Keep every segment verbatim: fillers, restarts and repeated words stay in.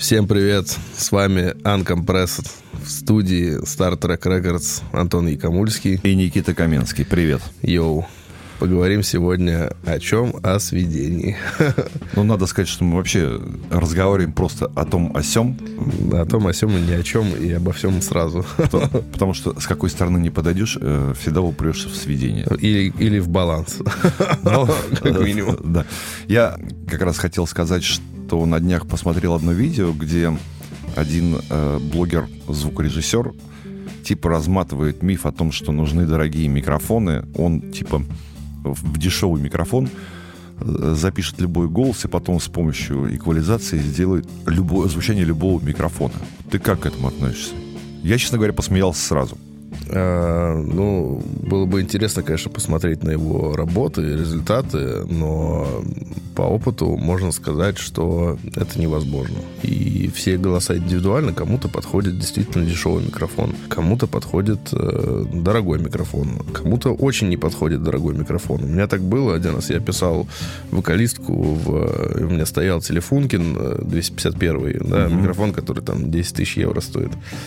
Всем привет, с вами Uncompressed, в студии Star Trek Records Антон Якомульский и Никита Каменский. Привет. Йоу. Поговорим сегодня о чем? О сведении. Ну, надо сказать, что мы вообще разговариваем просто о том, о сём. О том, о сём и ни о чем, и обо всем сразу. Потому, потому что с какой стороны не подойдешь, всегда упрешься в сведение. Или, или в баланс. Но, как минимум. Да. Я как раз хотел сказать, что на днях посмотрел одно видео, где один э, блогер-звукорежиссер типа разматывает миф о том, что нужны дорогие микрофоны. Он типа в дешевый микрофон запишет любой голос и потом с помощью эквализации сделает любое звучание любого микрофона. Ты как к этому относишься? Я, честно говоря, посмеялся сразу. А, ну, было бы интересно, конечно, посмотреть на его работы и результаты, но по опыту можно сказать, что это невозможно. И все голоса индивидуально. Кому-то подходит действительно дешевый микрофон, кому-то подходит э, дорогой микрофон, кому-то очень не подходит дорогой микрофон. У меня так было один раз. Я писал вокалистку, в, у меня стоял Телефункин двести пятьдесят первый, да, mm-hmm. микрофон, который там десять тысяч евро стоит.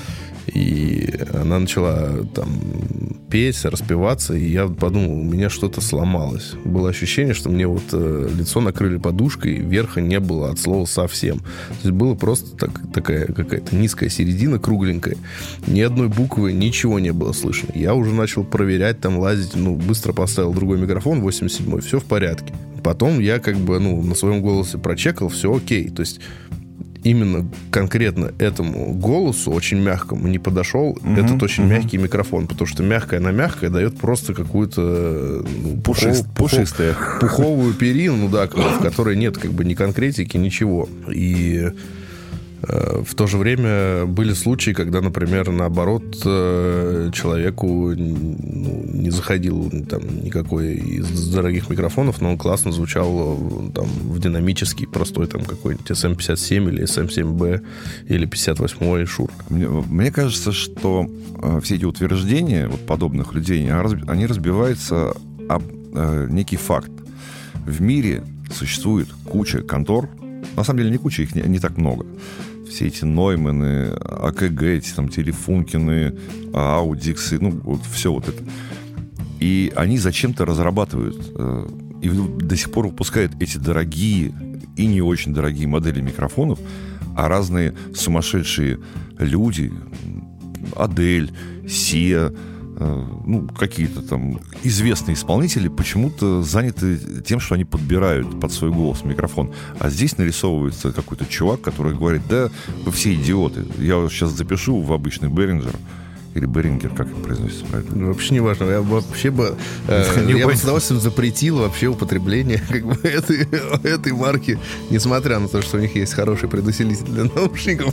И она начала там петь, распеваться, и я подумал, у меня что-то сломалось. Было ощущение, что мне вот э, лицо накрыли подушкой, верха не было от слова совсем. То есть было просто так, такая какая-то низкая середина, кругленькая. Ни одной буквы, ничего не было слышно. Я уже начал проверять, там лазить, ну, быстро поставил другой микрофон, восемьдесят седьмой, все в порядке. Потом я как бы, ну, на своем голосе прочекал, все окей. То есть именно конкретно этому голосу, очень мягкому, не подошел mm-hmm, этот очень mm-hmm. мягкий микрофон, потому что мягкое на мягкое дает просто какую-то ну, Пушист, пухов, пушистая. пуховую перину, ну, да, в которой нет как бы ни конкретики, ничего. И э, в то же время были случаи, когда, например, наоборот, э, человеку ну, не заходил там никакой из дорогих микрофонов, но он классно звучал там в динамический, простой там какой-нибудь эс эм пятьдесят семь или эс эм семь бэ или пятьдесят восьмой Шур. Мне, мне кажется, что э, все эти утверждения вот, подобных людей, они разбиваются об э, некий факт. В мире существует куча контор, на самом деле не куча, их не, не так много. Все эти Нойманы, АКГ, эти там Телефункины, Аудиксы, ну, вот все вот это. И они зачем-то разрабатывают э, и до сих пор выпускают эти дорогие и не очень дорогие модели микрофонов, а разные сумасшедшие люди, Адель, Сиа, э, ну, какие-то там известные исполнители почему-то заняты тем, что они подбирают под свой голос микрофон. А здесь нарисовывается какой-то чувак, который говорит, да, вы все идиоты, я вот сейчас запишу в обычный Behringer, или Берингер, как это произносится правильно? Вообще не важно. Я вообще бы, э, я бы с удовольствием запретил вообще употребление как бы, этой, этой марки, несмотря на то, что у них есть хороший предусилитель для наушников.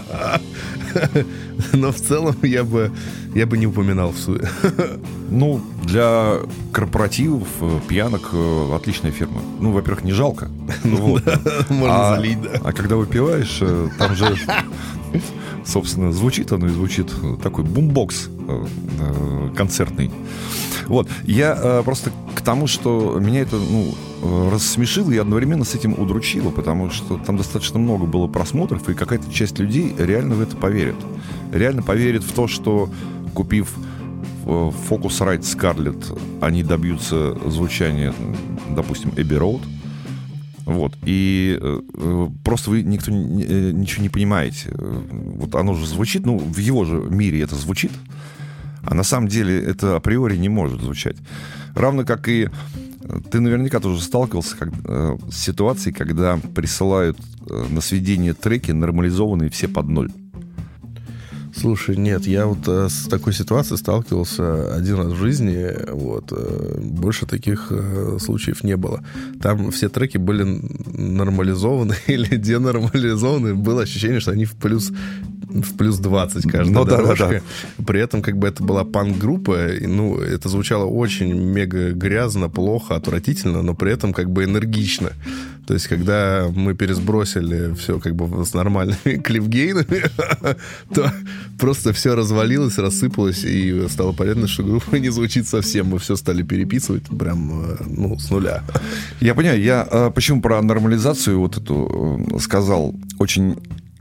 Но в целом я бы, я бы не упоминал в суе. Ну, для корпоративов, пьянок отличная фирма. Ну, во-первых, не жалко. Можно залить, да. А когда выпиваешь, там же... Собственно, звучит оно и звучит такой бумбокс э, концертный. Вот. Я э, просто к тому, что меня это ну, рассмешило и одновременно с этим удручило, потому что там достаточно много было просмотров, и какая-то часть людей реально в это поверит. Реально поверит в то, что, купив Focusrite Scarlett, они добьются звучания, допустим, Abbey Road. Вот. И э, просто вы никто не, э, ничего не понимаете. Вот оно же звучит, ну, в его же мире это звучит, а на самом деле это априори не может звучать. Равно как и ты наверняка тоже сталкивался как, э, с ситуацией, когда присылают э, на сведение треки, нормализованные все под ноль. Слушай, нет, я вот э, с такой ситуацией сталкивался один раз в жизни, вот, э, больше таких э, случаев не было. Там все треки были нормализованы или денормализованы, было ощущение, что они в плюс, в плюс двадцать каждая ну, дорожка. Да, да, да. При этом как бы это была панк-группа, и, ну, это звучало очень мега грязно, плохо, отвратительно, но при этом как бы энергично. То есть, когда мы пересбросили все как бы с нормальными клипгейнами, то просто все развалилось, рассыпалось, и стало понятно, что группа не звучит совсем. Мы все стали переписывать прям, ну, с нуля. Я понимаю. Я почему про нормализацию вот эту сказал. Очень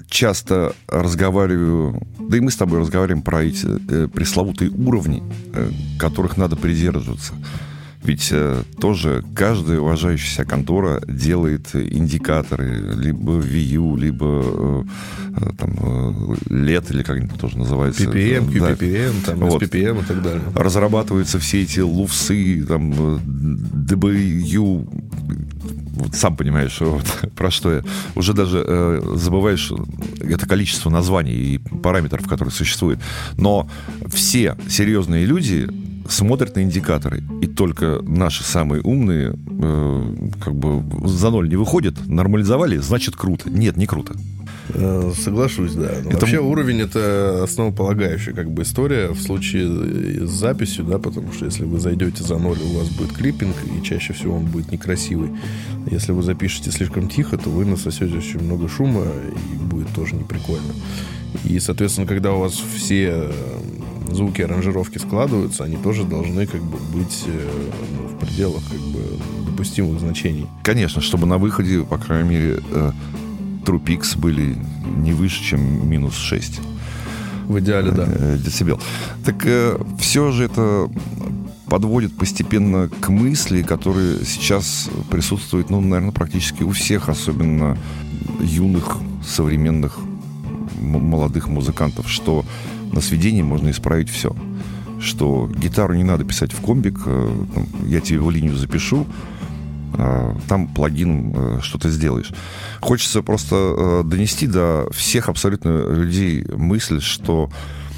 часто разговариваю, да и мы с тобой разговариваем про эти э, пресловутые уровни, э, которых надо придерживаться. Ведь э, тоже каждая уважающаяся контора делает индикаторы, либо ви ю, либо э, там, э, лет, или как они тоже называются. пи пи эм, кью пи пи эм, да. там, вот. эс пи пи эм и так далее. Разрабатываются все эти лувсы, там, ди би ю, вот сам понимаешь, вот, про что я. Уже даже э, забываешь это количество названий и параметров, которые существуют. Но все серьезные люди смотрят на индикаторы. И только наши самые умные э, как бы за ноль не выходят. Нормализовали, значит круто. Нет, не круто. Соглашусь, да. Но это... Вообще уровень — это основополагающая как бы история в случае с записью, да, потому что если вы зайдете за ноль, у вас будет клиппинг, и чаще всего он будет некрасивый. Если вы запишете слишком тихо, то вы насосете очень много шума, и будет тоже неприкольно. И, соответственно, когда у вас все звуки, аранжировки складываются, они тоже должны как бы быть ну, в пределах как бы допустимых значений. Конечно, чтобы на выходе, по крайней мере, True Peaks были не выше, чем минус шесть. В идеале, да. Децибел. Так все же это подводит постепенно к мысли, которые сейчас присутствуют, ну, наверное, практически у всех, особенно юных, современных, молодых музыкантов, что на сведении можно исправить все. Что гитару не надо писать в комбик, я тебе в линию запишу, там плагин что-то сделаешь. Хочется просто донести до всех абсолютно людей мысль, что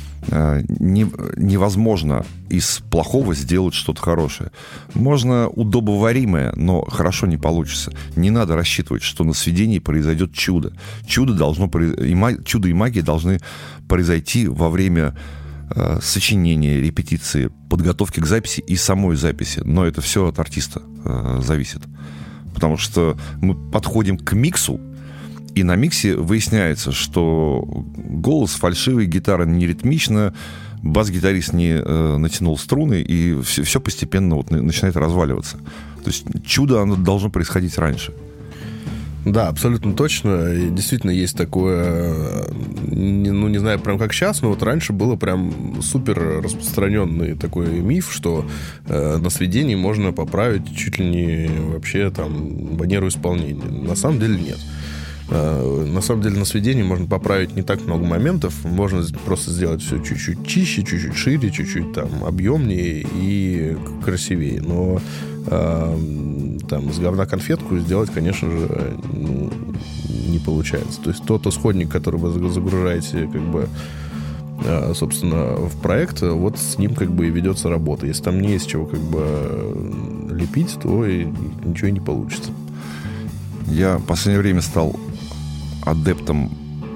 невозможно из плохого сделать что-то хорошее. Можно удобоваримое, но хорошо не получится. Не надо рассчитывать, что на сведении произойдет чудо. Чудо, должно, чудо и магия должны произойти во время сочинения, репетиции, подготовки к записи и самой записи. Но это все от артиста э, зависит. Потому что мы подходим к миксу, и на миксе выясняется, что голос фальшивый, гитара не ритмична, бас-гитарист не э, натянул струны, и все, все постепенно вот начинает разваливаться. То есть чудо, оно должно происходить раньше. Да, абсолютно точно. И действительно есть такое, ну, не знаю, прям как сейчас, но вот раньше было прям супер распространенный такой миф, что э, на сведении можно поправить чуть ли не вообще там манеру исполнения. На самом деле нет. Э, на самом деле на сведении можно поправить не так много моментов. Можно просто сделать все чуть-чуть чище, чуть-чуть шире, чуть-чуть там объемнее и красивее. Но там из говна конфетку сделать, конечно же, ну, не получается. То есть тот исходник, который вы загружаете, как бы, собственно, в проект, вот с ним как бы и ведется работа. Если там не есть чего как бы лепить, то и ничего и не получится. Я в последнее время стал адептом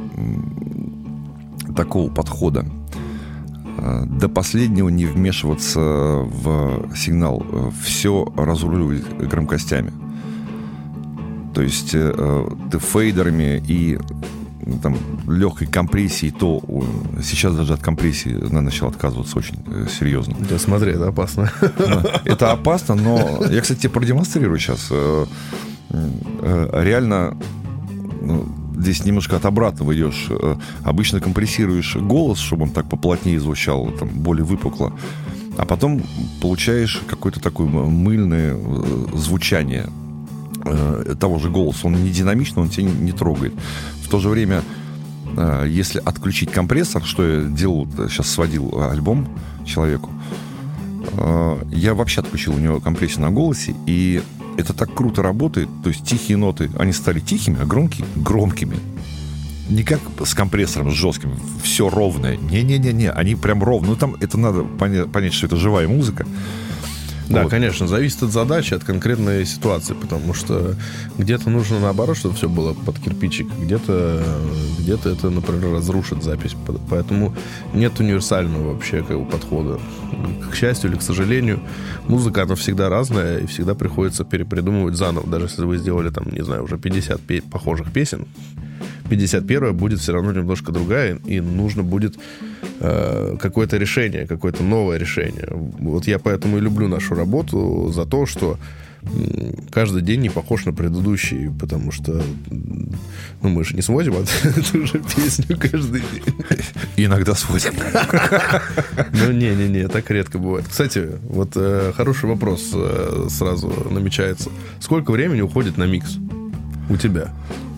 такого подхода. До последнего не вмешиваться в сигнал, все разруливать громкостями. То есть э, ты фейдерами и там, легкой компрессией, то сейчас даже от компрессии надо начал отказываться очень э, серьезно. Да, смотри, это опасно. Это опасно, но я, кстати, тебе продемонстрирую сейчас. Э, э, реально... Ну, здесь немножко от обратного идешь. Обычно компрессируешь голос, чтобы он так поплотнее звучал, там, более выпукло. А потом получаешь какое-то такое мыльное звучание того же голоса. Он не динамичный, он тебя не трогает. В то же время, если отключить компрессор, что я делал, сейчас сводил альбом человеку, я вообще отключил у него компрессию на голосе, и это так круто работает. То есть тихие ноты, они стали тихими, а громкие — громкими. Не как с компрессором, с жестким. Все ровное. Не-не-не-не. Они прям ровно. Ну, там это надо понять, понять, что это живая музыка. Да, вот. Конечно, зависит от задачи, от конкретной ситуации, потому что где-то нужно наоборот, чтобы все было под кирпичик, где-то, где-то это, например, разрушит запись. Поэтому нет универсального вообще как бы подхода. К счастью или к сожалению, музыка, она всегда разная, и всегда приходится перепридумывать заново. Даже если вы сделали, там, не знаю, уже пятьдесят пе- похожих песен, пятьдесят первая будет все равно немножко другая, и нужно будет э, какое-то решение, какое-то новое решение. Вот я поэтому и люблю нашу работу за то, что каждый день не похож на предыдущий, потому что ну, мы же не сводим эту же песню каждый день. Иногда сводим. Ну, не-не-не, так редко бывает. Кстати, вот э, хороший вопрос э, сразу намечается. Сколько времени уходит на микс у тебя?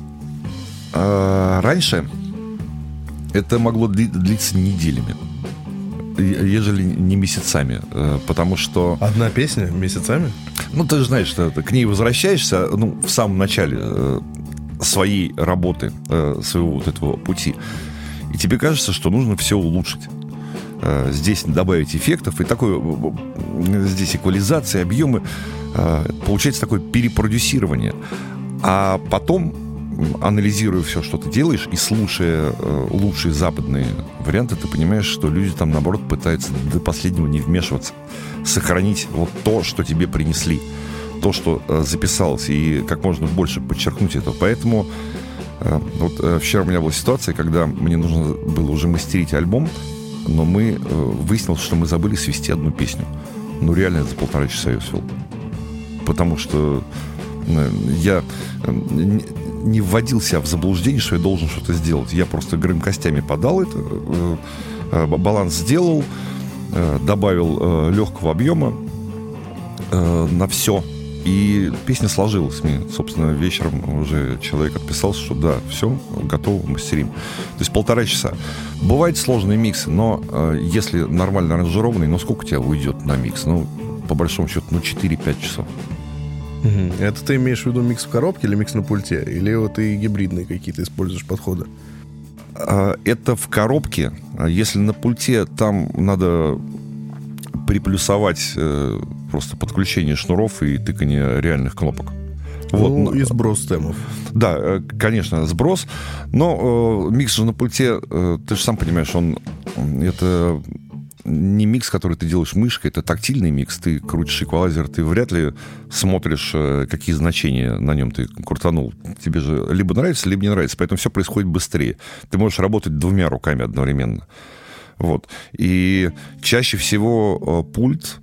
А, раньше это могло длиться неделями, ежели не месяцами, потому что... Одна песня месяцами? Ну, ты же знаешь, что ты к ней возвращаешься, ну, в самом начале э, своей работы, э, своего вот этого пути, и тебе кажется, что нужно все улучшить. Э, здесь добавить эффектов, и такое, э, здесь эквализация, объемы, э, получается такое перепродюсирование. А потом, анализируя все, что ты делаешь, и слушая э, лучшие западные варианты, ты понимаешь, что люди там, наоборот, пытаются до последнего не вмешиваться, сохранить вот то, что тебе принесли, то, что э, записалось, и как можно больше подчеркнуть это. Поэтому э, вот э, вчера у меня была ситуация, когда мне нужно было уже мастерить альбом, но мы э, выяснилось, что мы забыли свести одну песню. Ну, реально, за полтора часа ее свел. Потому что э, я... Э, не вводил себя в заблуждение, что я должен что-то сделать. Я просто грым костями подал это, э, э, баланс сделал, э, добавил э, легкого объема э, на все. И песня сложилась. Мне, собственно, вечером уже человек отписался, что да, все, готово, мастерим. То есть полтора часа. Бывают сложные миксы, но э, если нормально аранжированный, ну сколько у тебя уйдет на микс? Ну, по большому счету, ну, четыре-пять часов. Угу. Это ты имеешь в виду микс в коробке или микс на пульте? Или вот ты гибридные какие-то используешь подходы? Это в коробке. Если на пульте, там надо приплюсовать э, просто подключение шнуров и тыкание реальных кнопок. Вот. Ну, и сброс темов. Да, конечно, сброс. Но э, микс же на пульте, э, ты же сам понимаешь, он это... не микс, который ты делаешь мышкой, это тактильный микс. Ты крутишь эквалайзер, ты вряд ли смотришь, какие значения на нем ты крутанул. Тебе же либо нравится, либо не нравится. Поэтому все происходит быстрее. Ты можешь работать двумя руками одновременно. Вот. И чаще всего пульт,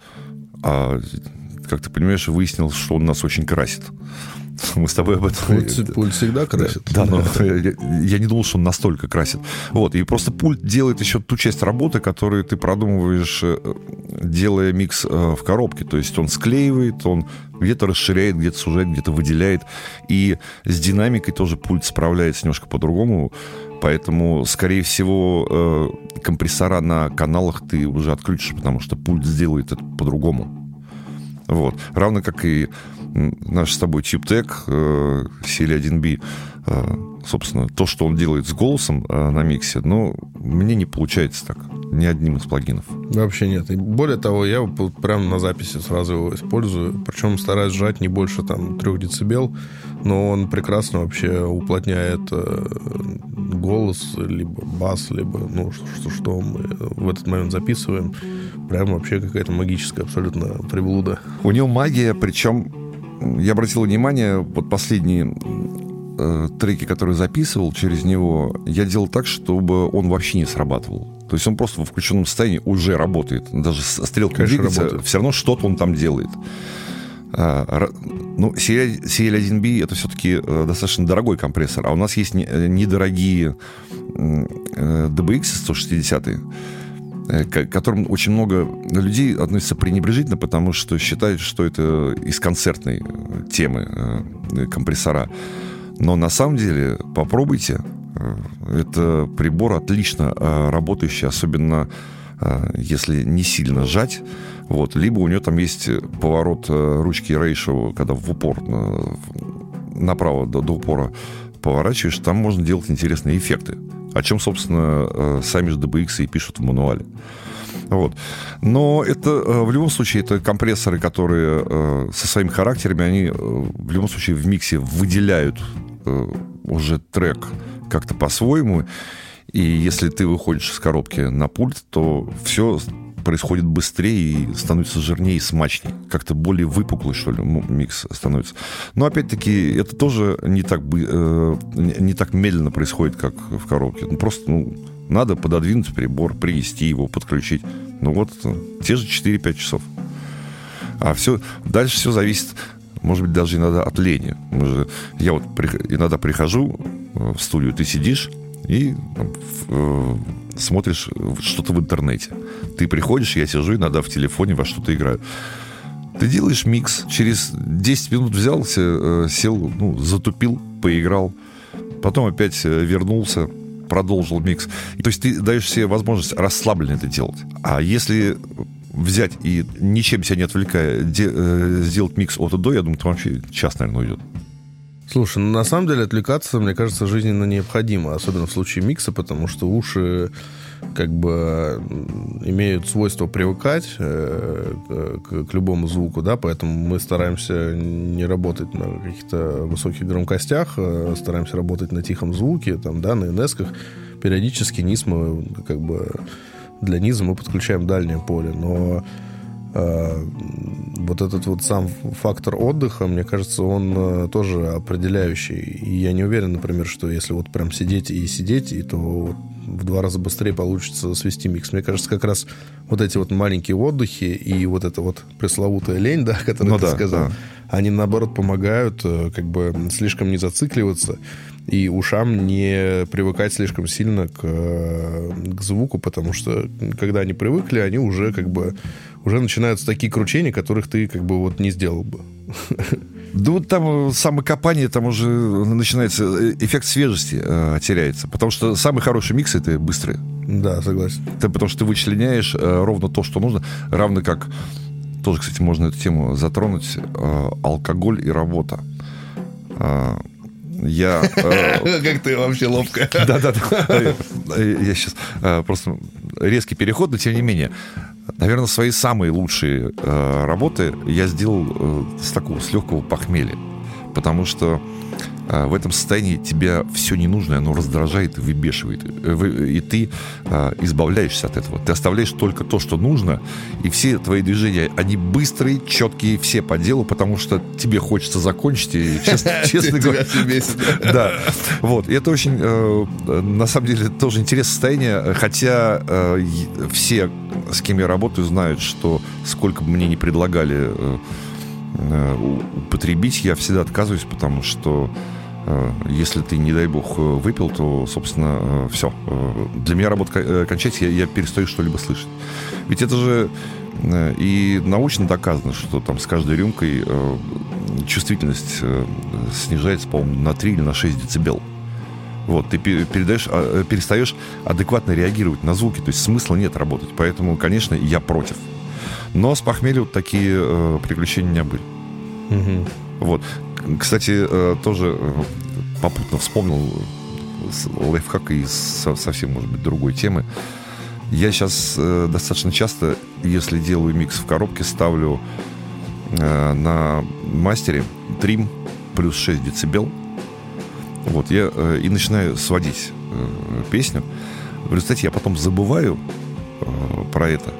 как ты понимаешь, выяснилось, что он нас очень красит. Мы с тобой об этом... Пульт, пульт всегда красит. Да, но я, я не думал, что он настолько красит. Вот, и просто пульт делает еще ту часть работы, которую ты продумываешь, делая микс в коробке. То есть он склеивает, он где-то расширяет, где-то сужает, где-то выделяет. И с динамикой тоже пульт справляется немножко по-другому. Поэтому, скорее всего, компрессора на каналах ты уже отключишь, потому что пульт сделает это по-другому. Вот. Равно как и наш с тобой TubeTech э, си эл один би, э, собственно, то, что он делает с голосом э, на миксе, но мне не получается так ни одним из плагинов. Вообще нет. И более того, я прямо на записи сразу его использую. Причем стараюсь сжать не больше там трех децибел, но он прекрасно вообще уплотняет э, голос, либо бас, либо ну, что, что мы в этот момент записываем. Прям вообще какая-то магическая абсолютно приблуда. У него магия, причем я обратил внимание, вот последние э, треки, которые записывал через него, я делал так, чтобы он вообще не срабатывал. То есть он просто во включенном состоянии уже работает. Даже стрелка двигается, все равно что-то он там делает. А, ну, си эл один би это все-таки э, достаточно дорогой компрессор, а у нас есть недорогие э, ди би икс сто шестьдесят, к которым очень много людей относятся пренебрежительно, потому что считают, что это из концертной темы компрессора. Но на самом деле попробуйте. Это прибор отлично работающий, особенно если не сильно сжать. Вот. Либо у него там есть поворот ручки ratio, когда в упор направо до, до упора поворачиваешь, там можно делать интересные эффекты. О чем, собственно, сами же ди би икс и пишут в мануале. Вот. Но это в любом случае это компрессоры, которые со своими характерами, они в любом случае в миксе выделяют уже трек как-то по-своему. И если ты выходишь из коробки на пульт, то все происходит быстрее и становится жирнее и смачнее. Как-то более выпуклый, что ли, микс становится. Но, опять-таки, это тоже не так, э, не так медленно происходит, как в коробке. Ну, просто ну, надо пододвинуть прибор, принести его, подключить. Ну, вот те же четыре-пять часов. А все, дальше все зависит может быть, даже иногда от лени. Я вот иногда прихожу в студию, ты сидишь и смотришь что-то в интернете. Ты приходишь, я сижу иногда в телефоне, во что-то играю. Ты делаешь микс, через десять минут взялся, сел, ну, затупил, поиграл, потом опять вернулся, продолжил микс. То есть ты даешь себе возможность расслабленно это делать. А если взять и ничем себя не отвлекая, де, сделать микс от и до, я думаю, там вообще час, наверное, уйдет. Слушай, ну на самом деле отвлекаться, мне кажется, жизненно необходимо, особенно в случае микса, потому что уши как бы имеют свойство привыкать э, к, к любому звуку, да, поэтому мы стараемся не работать на каких-то высоких громкостях, э, стараемся работать на тихом звуке, там, да, на эн эсках. Периодически низ мы как бы для низа мы подключаем дальнее поле, но э, вот этот вот сам фактор отдыха, мне кажется, он э, тоже определяющий. И я не уверен, например, что если вот прям сидеть и сидеть, и то вот в два раза быстрее получится свести микс. Мне кажется, как раз вот эти вот маленькие отдыхи и вот эта вот пресловутая лень, да, которую ну, ты да, сказал, да. Они, наоборот, помогают как бы слишком не зацикливаться и ушам не привыкать слишком сильно к, к звуку, потому что когда они привыкли, они уже как бы уже начинаются такие кручения, которых ты как бы вот не сделал бы. Да вот там самокопание, там уже начинается, эффект свежести э, теряется. Потому что самый хороший микс — это быстрые. Да, согласен. Это потому что ты вычленяешь э, ровно то, что нужно. Равно как, тоже, кстати, можно эту тему затронуть, э, алкоголь и работа. Э, я... Как ты вообще ловко. Да-да-да. Я сейчас просто резкий переход, но тем не менее. Наверное, свои самые лучшие э, работы я сделал э, с такого, с легкого похмелья. Потому что э, в этом состоянии тебя все ненужное, оно раздражает и выбешивает. И ты э, избавляешься от этого. Ты оставляешь только то, что нужно, и все твои движения, они быстрые, четкие, все по делу, потому что тебе хочется закончить, и, честно говоря... Да. Вот. И это очень, на самом деле, тоже интересное состояние, хотя все, с кем я работаю, знают, что сколько бы мне ни предлагали употребить, я всегда отказываюсь, потому что если ты, не дай бог, выпил, то, собственно, все. Для меня работа кончается, я, я перестаю что-либо слышать. Ведь это же и научно доказано, что там с каждой рюмкой чувствительность снижается, по-моему, на три или на шесть децибел. Вот, ты передаешь, перестаешь адекватно реагировать на звуки, то есть смысла нет работать. Поэтому, конечно, я против. Но с похмелья вот такие э, приключения у меня были. Угу. Вот. Кстати, э, тоже э, попутно вспомнил лайфхак из совсем, может быть, другой темы. Я сейчас э, достаточно часто, если делаю микс в коробке, ставлю э, на мастере трим плюс шесть децибел. Вот, я э, и начинаю сводить э, песню. В результате я потом забываю э, про это.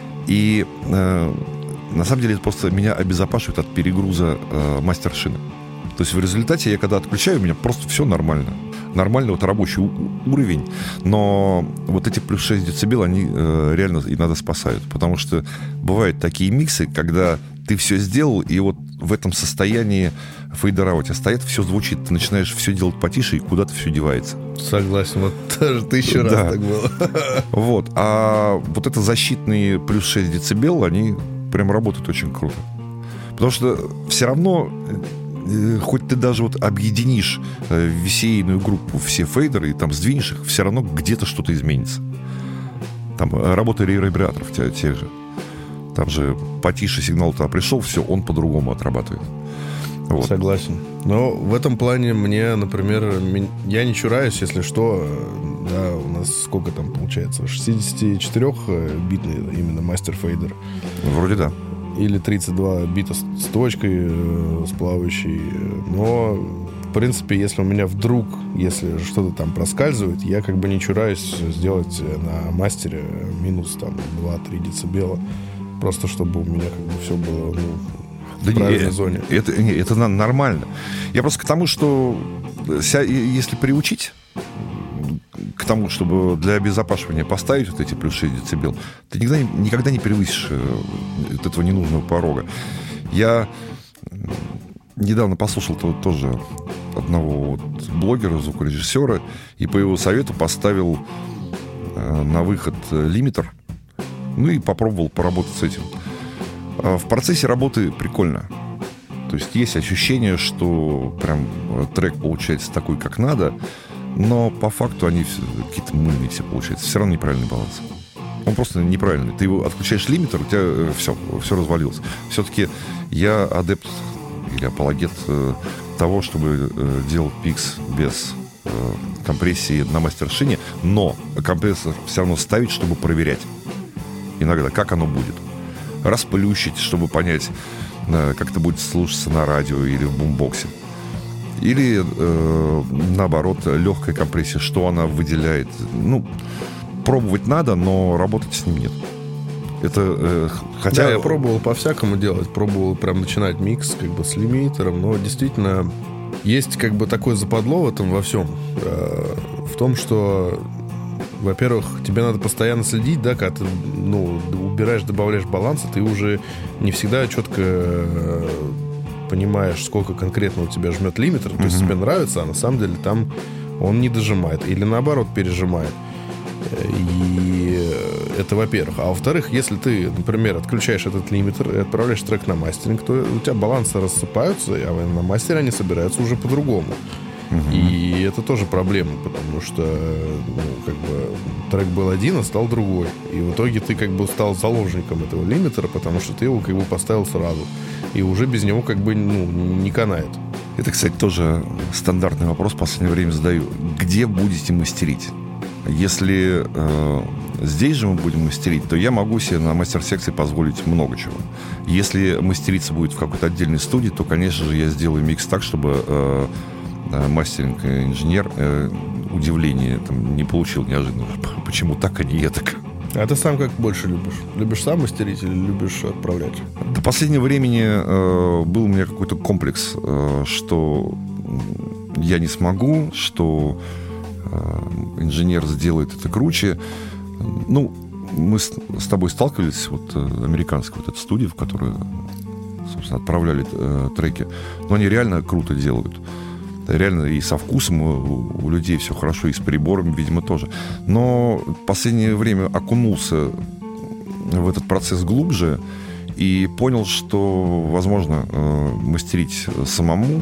И э, на самом деле это просто меня обезопасивает от перегруза э, мастер-шины. То есть в результате я когда отключаю, у меня просто все нормально. Нормальный вот рабочий у- уровень. Но вот эти плюс шесть децибел, они э, реально иногда спасают. Потому что бывают такие миксы, когда ты все сделал, и вот в этом состоянии фейдера у тебя стоят, все звучит, ты начинаешь все делать потише, и куда-то все девается. Согласен, вот даже тысячу раз да. так было. Вот. А вот это защитные плюс шесть децибел, они прям работают очень круто. Потому что все равно, хоть ты даже вот объединишь в висейную группу все фейдеры и там сдвинешь их, все равно где-то что-то изменится. Там работа ревербераторов тех же. Там же потише сигнал туда пришел, все, он по-другому отрабатывает. Вот. Согласен. Но в этом плане мне, например, я не чураюсь, если что, да, у нас сколько там получается, шестидесятичетырёхбитный именно мастер-фейдер. Вроде да. Или тридцать два бита с точкой, с плавающей. Но, в принципе, если у меня вдруг, если что-то там проскальзывает, я как бы не чураюсь сделать на мастере минус там два-три децибела. Просто чтобы у меня как бы все было, ну, в да правильной не, зоне. Это, не, это нормально. Я просто к тому, что если приучить к тому, чтобы для обезопасивания поставить вот эти плюс шесть децибел, ты никогда, никогда не превысишь этого ненужного порога. Я недавно послушал тоже одного вот блогера, звукорежиссера, и по его совету поставил э, на выход лимитер, ну и попробовал поработать с этим. А в процессе работы прикольно. То есть есть ощущение, что прям трек получается такой, как надо, но по факту они какие-то мыльные все получаются. Все равно неправильный баланс. Он просто неправильный. Ты его отключаешь лимитер, у тебя все, все развалилось. Все-таки я адепт или апологет того, чтобы делать пикс без компрессии на мастершине, но компрессор все равно ставить, чтобы проверять иногда, как оно будет. Расплющить, чтобы понять, как это будет слушаться на радио или в бумбоксе. Или, э, наоборот, легкая компрессия, что она выделяет. Ну, пробовать надо, но работать с ним нет. Это, э, хотя... Да, я пробовал по-всякому делать. Пробовал прям начинать микс как бы с лимитером, но действительно есть как бы такое западло в этом во всем. Э, в том, что, во-первых, тебе надо постоянно следить, да, когда ты, ну, убираешь, добавляешь баланса, ты уже не всегда четко э, понимаешь, сколько конкретно у тебя жмет лимитер. То есть mm-hmm. тебе нравится, а на самом деле там он не дожимает. Или наоборот пережимает. И это во-первых. А во-вторых, если ты, например, отключаешь этот лимитер и отправляешь трек на мастеринг, то у тебя балансы рассыпаются, а на мастере они собираются уже по-другому. Uh-huh. И это тоже проблема, потому что, ну, как бы трек был один, а стал другой. И в итоге ты как бы стал заложником этого лимитера, потому что ты его как бы поставил сразу. И уже без него как бы, ну, не канает. Это, кстати, тоже стандартный вопрос в последнее время задаю. Где будете мастерить? Если э, здесь же мы будем мастерить, то я могу себе на мастер-секции позволить много чего. Если мастериться будет в какой-то отдельной студии, то, конечно же, я сделаю микс так, чтобы э, мастеринг-инженер э, удивления там, не получил неожиданно. Почему так, а не я так? А ты сам как больше любишь? Любишь сам мастерить или любишь отправлять? До последнего времени э, был у меня какой-то комплекс, э, что я не смогу, что инженер сделает это круче. Ну, мы с, с тобой сталкивались, вот американская вот эта студия, в которую, собственно, отправляли э, треки. Но они реально круто делают. Реально и со вкусом у, у людей все хорошо, и с приборами, видимо, тоже. Но в последнее время окунулся в этот процесс глубже и понял, что возможно э, мастерить самому,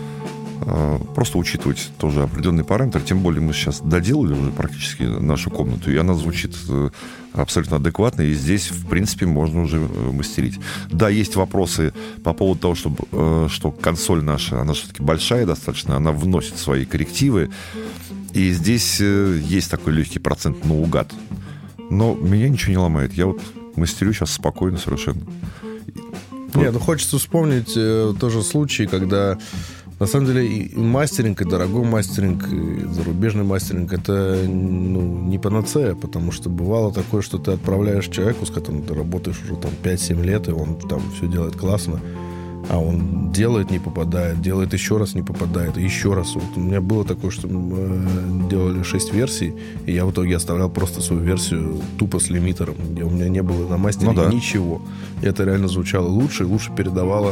просто учитывать тоже определенные параметры. Тем более мы сейчас доделали уже практически нашу комнату, и она звучит абсолютно адекватно, и здесь, в принципе, можно уже мастерить. Да, есть вопросы по поводу того, чтобы, что консоль наша, она все-таки большая достаточно, она вносит свои коррективы, и здесь есть такой легкий процент наугад. Но меня ничего не ломает. Я вот мастерю сейчас спокойно совершенно. Нет, ну хочется вспомнить э, тоже случай, когда на самом деле и мастеринг, и дорогой мастеринг, и зарубежный мастеринг — это, ну, не панацея, потому что бывало такое, что ты отправляешь человеку, с которым ты работаешь уже там пять-семь лет, и он там все делает классно, а он делает, не попадает, делает еще раз, не попадает, и еще раз. Вот у меня было такое, что мы делали шесть версий, и я в итоге оставлял просто свою версию тупо с лимитером, где у меня не было на мастере ну, да. ничего. И это реально звучало лучше, и лучше передавало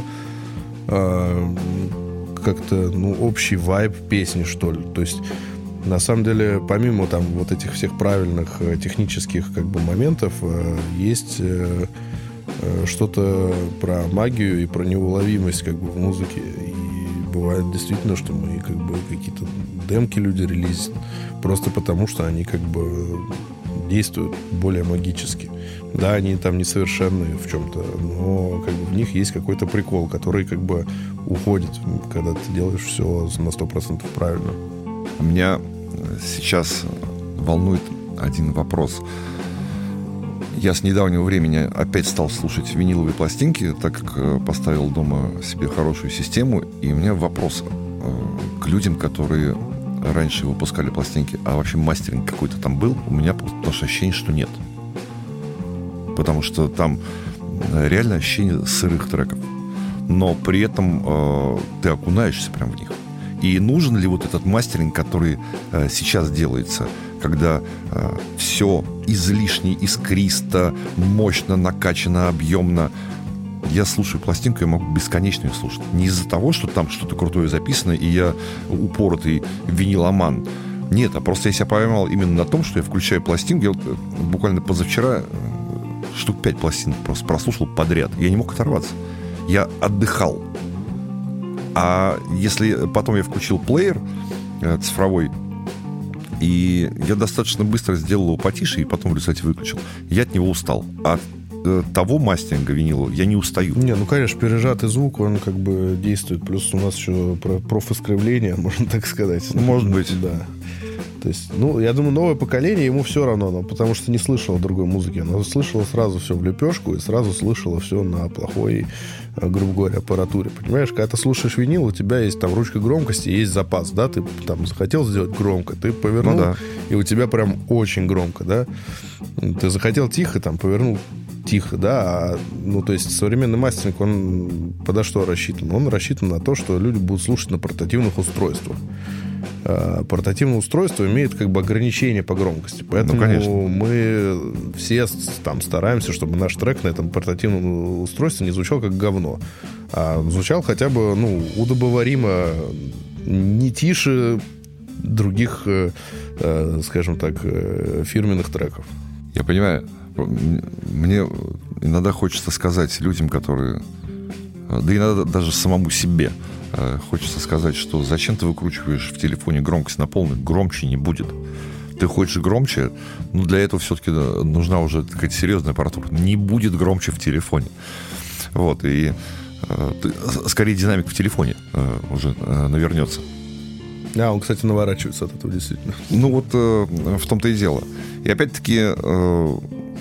э, как-то, ну, общий вайб песни, что ли. То есть, на самом деле, помимо там вот этих всех правильных э, технических как бы моментов, э, есть э, э, что-то про магию и про неуловимость как бы в музыке. И бывает действительно, что мы как бы какие-то демки люди релизят просто потому, что они как бы действуют более магически. Да, они там несовершенные в чем-то, но как бы в них есть какой-то прикол, который как бы уходит, когда ты делаешь все на сто процентов правильно. Меня сейчас волнует один вопрос. Я с недавнего времени опять стал слушать виниловые пластинки, так как поставил дома себе хорошую систему. И у меня вопрос к людям, которые раньше выпускали пластинки. А вообще мастеринг какой-то там был? У меня просто ощущение, что нет. Потому что там реально ощущение сырых треков. Но при этом э, ты окунаешься прям в них. И нужен ли вот этот мастеринг, который э, сейчас делается, когда э, все излишне, искристо, мощно накачано, объемно? я слушаю пластинку, я могу бесконечно ее слушать. Не из-за того, что там что-то крутое записано, и я упоротый виниломан. Нет, а просто я себя поймал именно на том, что я включаю пластинку. Я вот буквально позавчера штук пять пластин просто прослушал подряд. Я не мог оторваться. Я отдыхал. А если потом я включил плеер цифровой, и я достаточно быстро сделал его потише, и потом в результате выключил, я от него устал. А от того мастеринга винила я не устаю. Не, ну, конечно, пережатый звук, он как бы действует. Плюс у нас еще профискривление, можно так сказать. Может быть. Да. То есть, ну, я думаю, новое поколение, ему все равно, но потому что не слышало другой музыки. Оно слышало сразу все в лепешку и сразу слышало все на плохой, грубо говоря, аппаратуре. Понимаешь, когда ты слушаешь винил, у тебя есть там ручка громкости, есть запас, да, ты там захотел сделать громко, ты повернул, ну, да. И у тебя прям очень громко, да. Ты захотел тихо, там, повернул тихо, да, а, ну, то есть современный мастеринг, он подо что рассчитан? Он рассчитан на то, что люди будут слушать на портативных устройствах. Портативное устройство имеет как бы ограничения по громкости. Поэтому ну, мы все там стараемся, чтобы наш трек на этом портативном устройстве не звучал как говно, а звучал хотя бы, ну, удобоваримо, не тише других, э, скажем так, фирменных треков. Я понимаю. Мне иногда хочется сказать людям, которые... Да иногда даже самому себе хочется сказать, что зачем ты выкручиваешь в телефоне громкость на полную? Громче не будет. Ты хочешь громче, но для этого все-таки нужна уже какая-то серьезная аппаратура. Не будет громче в телефоне. Вот, и э, скорее динамик в телефоне э, уже э, навернется. А, он, кстати, наворачивается от этого, действительно. Ну вот э, в том-то и дело. И опять-таки э,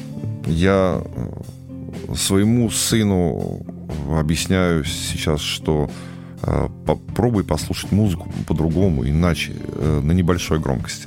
я своему сыну объясняю сейчас, что попробуй послушать музыку по-другому, иначе, на небольшой громкости.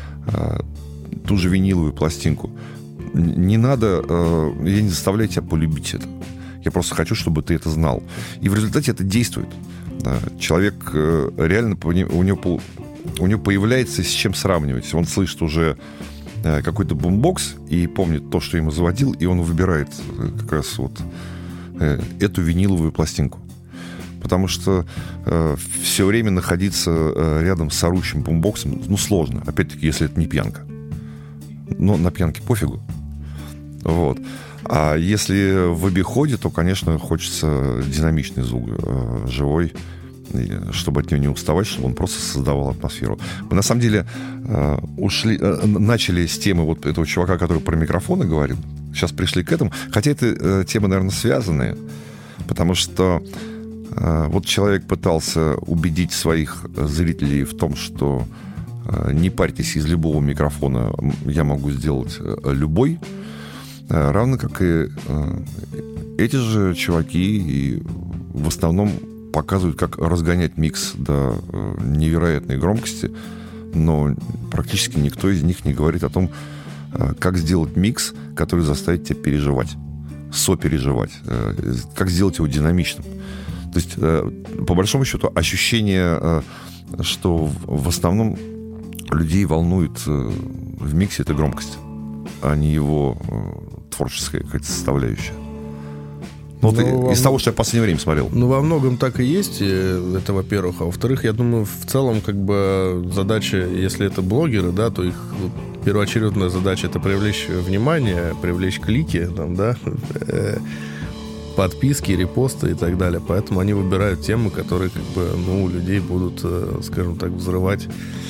Ту же виниловую пластинку. Не надо, я не заставляю тебя полюбить это. Я просто хочу, чтобы ты это знал. И в результате это действует. Человек реально, у него, у него появляется с чем сравнивать. Он слышит уже какой-то бумбокс и помнит то, что ему заводил, и он выбирает как раз вот эту виниловую пластинку. Потому что э, все время находиться э, рядом с орущим бумбоксом, ну, сложно. Опять-таки, если это не пьянка. Но на пьянке пофигу. Вот. А если в обиходе, то, конечно, хочется динамичный звук, э, живой, чтобы от него не уставать, чтобы он просто создавал атмосферу. Мы, на самом деле, э, ушли, э, начали с темы вот этого чувака, который про микрофоны говорил. Сейчас пришли к этому. Хотя это э, темы, наверное, связанные. Потому что вот человек пытался убедить своих зрителей в том, что не парьтесь, из любого микрофона я могу сделать любой. Равно как и эти же чуваки и в основном показывают, как разгонять микс до невероятной громкости, но практически никто из них не говорит о том, как сделать микс, который заставит тебя переживать, сопереживать, как сделать его динамичным. То есть, по большому счету, ощущение, что в основном людей волнует в миксе эта громкость, а не его творческая какая-то составляющая. Ну, вот ну, из того, что я в последнее время смотрел. Ну, во многом так и есть, это во-первых. А во-вторых, я думаю, в целом, как бы, задача, если это блогеры, да, то их первоочередная задача — это привлечь внимание, привлечь клики, там, да, подписки, репосты и так далее. Поэтому они выбирают темы, которые, как бы, ну, у людей будут, скажем так, взрывать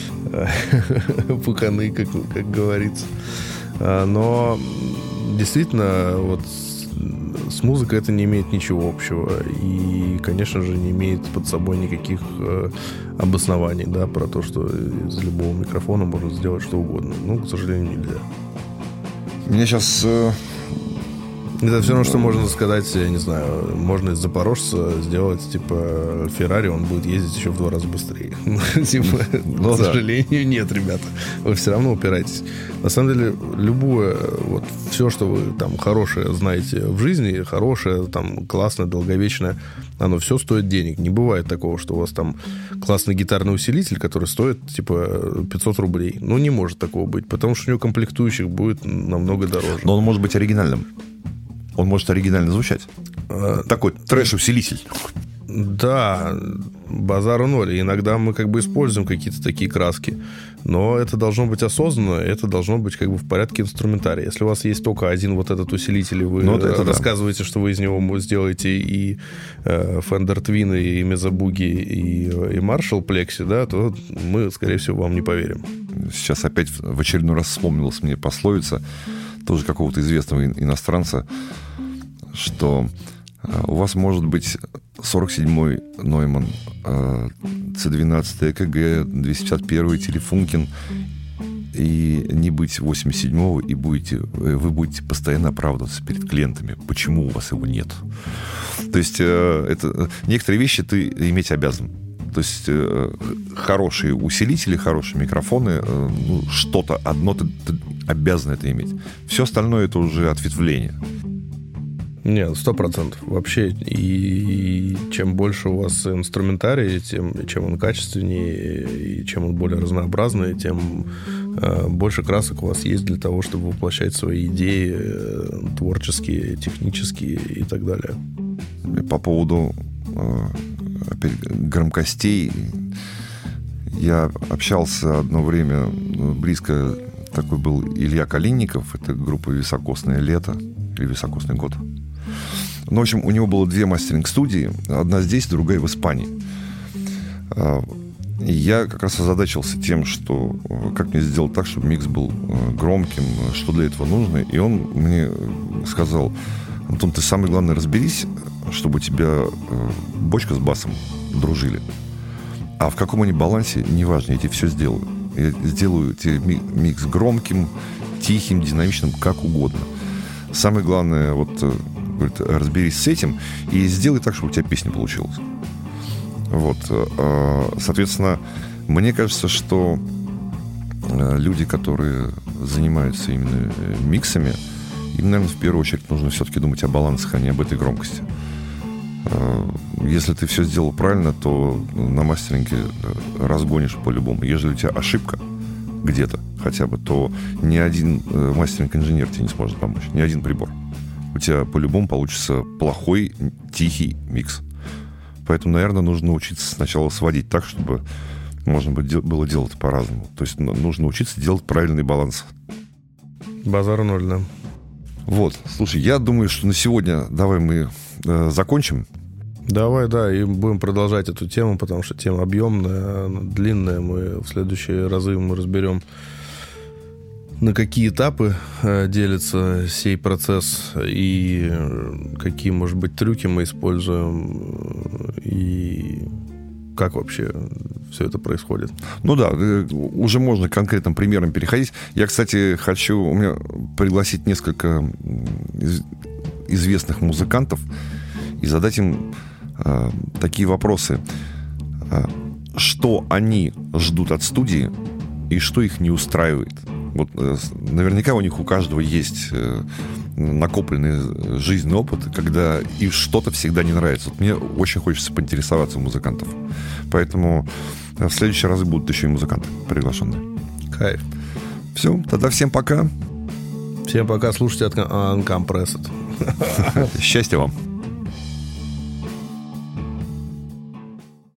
пуканы, как, как говорится. Но действительно, вот с музыкой это не имеет ничего общего. И, конечно же, не имеет под собой никаких обоснований, да, про то, что из любого микрофона можно сделать что угодно. Ну, к сожалению, нельзя. Мне сейчас... Это все равно, что можно сказать, я не знаю, можно из Запорожца сделать, типа, Феррари, он будет ездить еще в два раза быстрее. Типа, к сожалению, нет, ребята. Вы все равно упираетесь. На самом деле, любое, вот, все, что вы там хорошее знаете в жизни, хорошее, там, классное, долговечное, оно все стоит денег. Не бывает такого, что у вас там классный гитарный усилитель, который стоит, типа, пятьсот рублей. Ну, не может такого быть, потому что у него комплектующих будет намного дороже. Но он может быть оригинальным. Он может оригинально звучать. Такой трэш-усилитель. Да, базару ноль. Иногда мы как бы используем какие-то такие краски, но это должно быть осознанно, это должно быть как бы в порядке инструментария. Если у вас есть только один вот этот усилитель, и вы ну, это рассказываете, да. что вы из него сделаете и э, Fender Twin, и Mesa Boogie, и, и Marshall Plexi, да, то мы, скорее всего, вам не поверим. Сейчас опять в очередной раз вспомнилась мне пословица тоже какого-то известного иностранца, что у вас может быть сорок седьмой Neumann, си двенадцать ЭКГ, двести пятьдесят первый Телефункин, и не быть восемьдесят седьмого, и будете, вы будете постоянно оправдываться перед клиентами, почему у вас его нет. То есть это, некоторые вещи ты иметь обязан. То есть хорошие усилители, хорошие микрофоны, ну, что-то одно ты, ты обязан это иметь. Все остальное это уже ответвление. Нет, сто процентов. Вообще, и, и чем больше у вас инструментарий, тем, чем он качественнее, и чем он более разнообразный, тем э, больше красок у вас есть для того, чтобы воплощать свои идеи э, творческие, технические и так далее. По поводу э, опять, громкостей, я общался одно время близко, такой был Илья Калинников, это группа «Високосное лето» или «Високосный год». Ну, в общем, у него было две мастеринг-студии. Одна здесь, другая в Испании. И я как раз озадачился тем, что как мне сделать так, чтобы микс был громким, что для этого нужно. И он мне сказал: Антон, ты самое главное разберись, чтобы у тебя бочка с басом дружили. А в каком они балансе, неважно, я тебе все сделаю. Я сделаю тебе микс громким, тихим, динамичным, как угодно. Самое главное, вот, говорит, разберись с этим и сделай так, чтобы у тебя песня получилась. Вот. Соответственно, мне кажется, что люди, которые занимаются именно миксами, им, наверное, в первую очередь нужно все-таки думать о балансах, а не об этой громкости. Если ты все сделал правильно, то на мастеринге разгонишь по-любому. Если у тебя ошибка где-то хотя бы, то ни один мастеринг-инженер тебе не сможет помочь, ни один прибор. У тебя по-любому получится плохой, тихий микс. Поэтому, наверное, нужно научиться сначала сводить так, чтобы можно было делать по-разному. То есть нужно учиться делать правильный баланс. Базар ноль, да. Вот, слушай, я думаю, что на сегодня давай мы э, закончим. Давай, да, и будем продолжать эту тему, потому что тема объемная, длинная. Мы в следующие разы мы разберем, на какие этапы э, делится сей процесс и какие, может быть, трюки мы используем и как вообще все это происходит. Ну да, уже можно к конкретным примерам переходить. Я, кстати, хочу у меня пригласить несколько из, известных музыкантов и задать им э, такие вопросы. Э, что они ждут от студии и что их не устраивает? Вот, э, наверняка у них у каждого есть э, накопленный жизненный опыт, когда им что-то всегда не нравится. Вот мне очень хочется поинтересоваться у музыкантов. Поэтому в следующий раз будут еще и музыканты приглашенные. Кайф. Все, тогда всем пока. Всем пока. Слушайте от Uncompressed. Счастья вам.